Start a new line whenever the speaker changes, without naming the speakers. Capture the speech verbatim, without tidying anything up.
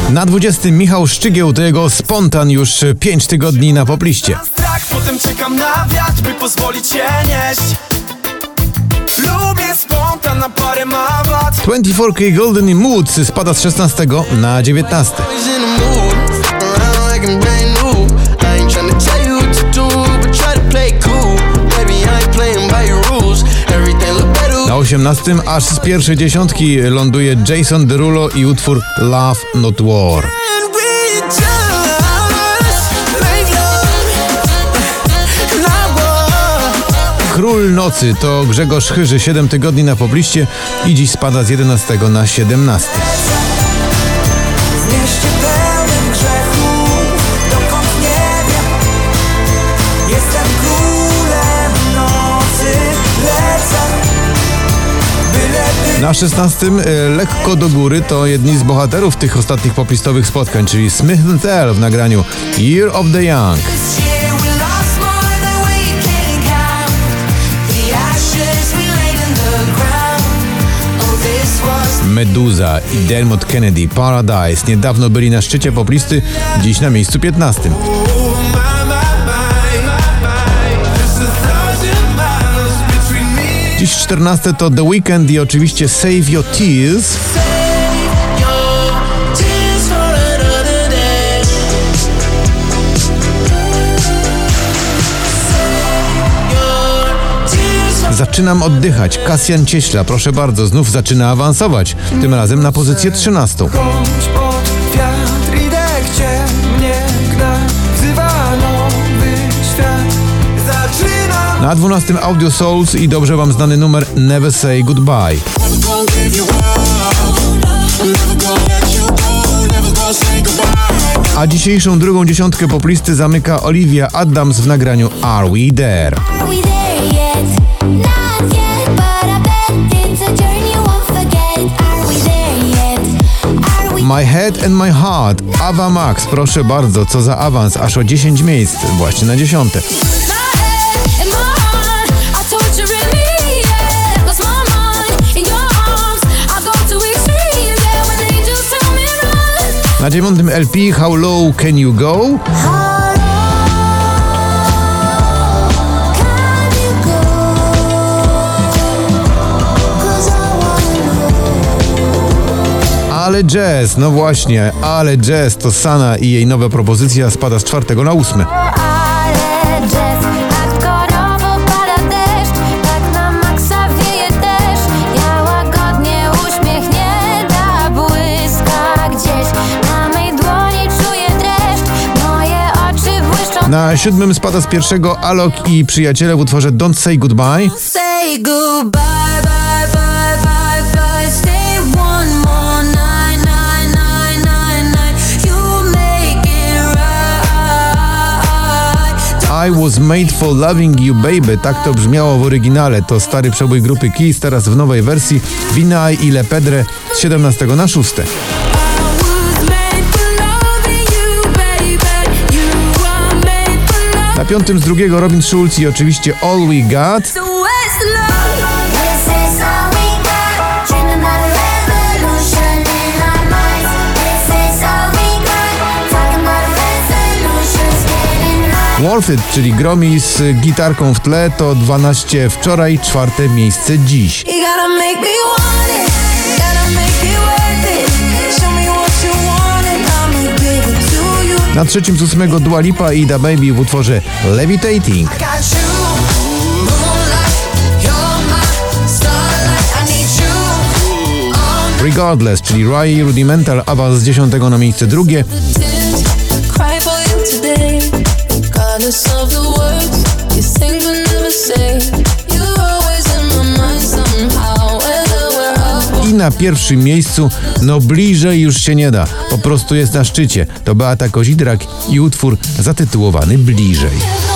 Na dwudziestym Michał Szczygieł, to jego Spontan, już pięć tygodni na popliście.
Strach, potem czekam na wiatr, by pozwolić się nieść. Lubię spontan, na parę ma wad.
dwadzieścia cztery K Golden Mood spada z szesnastego na dziewiętnasty. Na osiemnastym aż z pierwszej dziesiątki ląduje Jason Derulo i utwór Love Not War. Król Nocy to Grzegorz Chyży, siedem tygodni na pobliście i dziś spada z jedenastego na siedemnasty. Na szesnastym lekko do góry to jedni z bohaterów tych ostatnich poplistowych spotkań, czyli Smith and Tell w nagraniu Year of the Young. Meduza i Dermot Kennedy, Paradise, niedawno byli na szczycie poplisty, dziś na miejscu piętnastym. Dziś czternaste to The Weeknd i oczywiście Save Your Tears. Zaczynam oddychać. Kasjan Cieśla, proszę bardzo, znów zaczyna awansować. Tym razem na pozycję trzynastą. Na dwunastym Audio Souls i dobrze wam znany numer Never Say Goodbye. A dzisiejszą drugą dziesiątkę poplisty zamyka Olivia Adams w nagraniu Are We There? My Head and My Heart, Ava Max, proszę bardzo, co za awans, aż o dziesięć miejsc, właśnie na dziesiąte. Na dziewiątym L P How Low Can You Go? Ale jazz, no właśnie, ale jazz to Sana i jej nowa propozycja spada z czwartego na ósmy. Na siódmym spada z pierwszego Alok i Przyjaciele w utworze Don't Say Goodbye.
Say goodbye.
I Was Made For Loving You Baby, tak to brzmiało w oryginale, to stary przebój grupy Kiss, teraz w nowej wersji Vinay i Le Pedre z siedemnastego na szóste. Na piątym z drugiego Robin Schulz i oczywiście All We Got. Worth It, czyli Gromi z gitarką w tle, to dwanaście wczoraj, czwarte miejsce dziś. Na trzecim z ósmego Dua Lipa i Da Baby w utworze Levitating. Regardless, czyli Rai Rudimental, awans z dziesiątego na miejsce drugie. I na pierwszym miejscu, no bliżej już się nie da, po prostu jest na szczycie. To Beata Kozidrak i utwór zatytułowany Bliżej.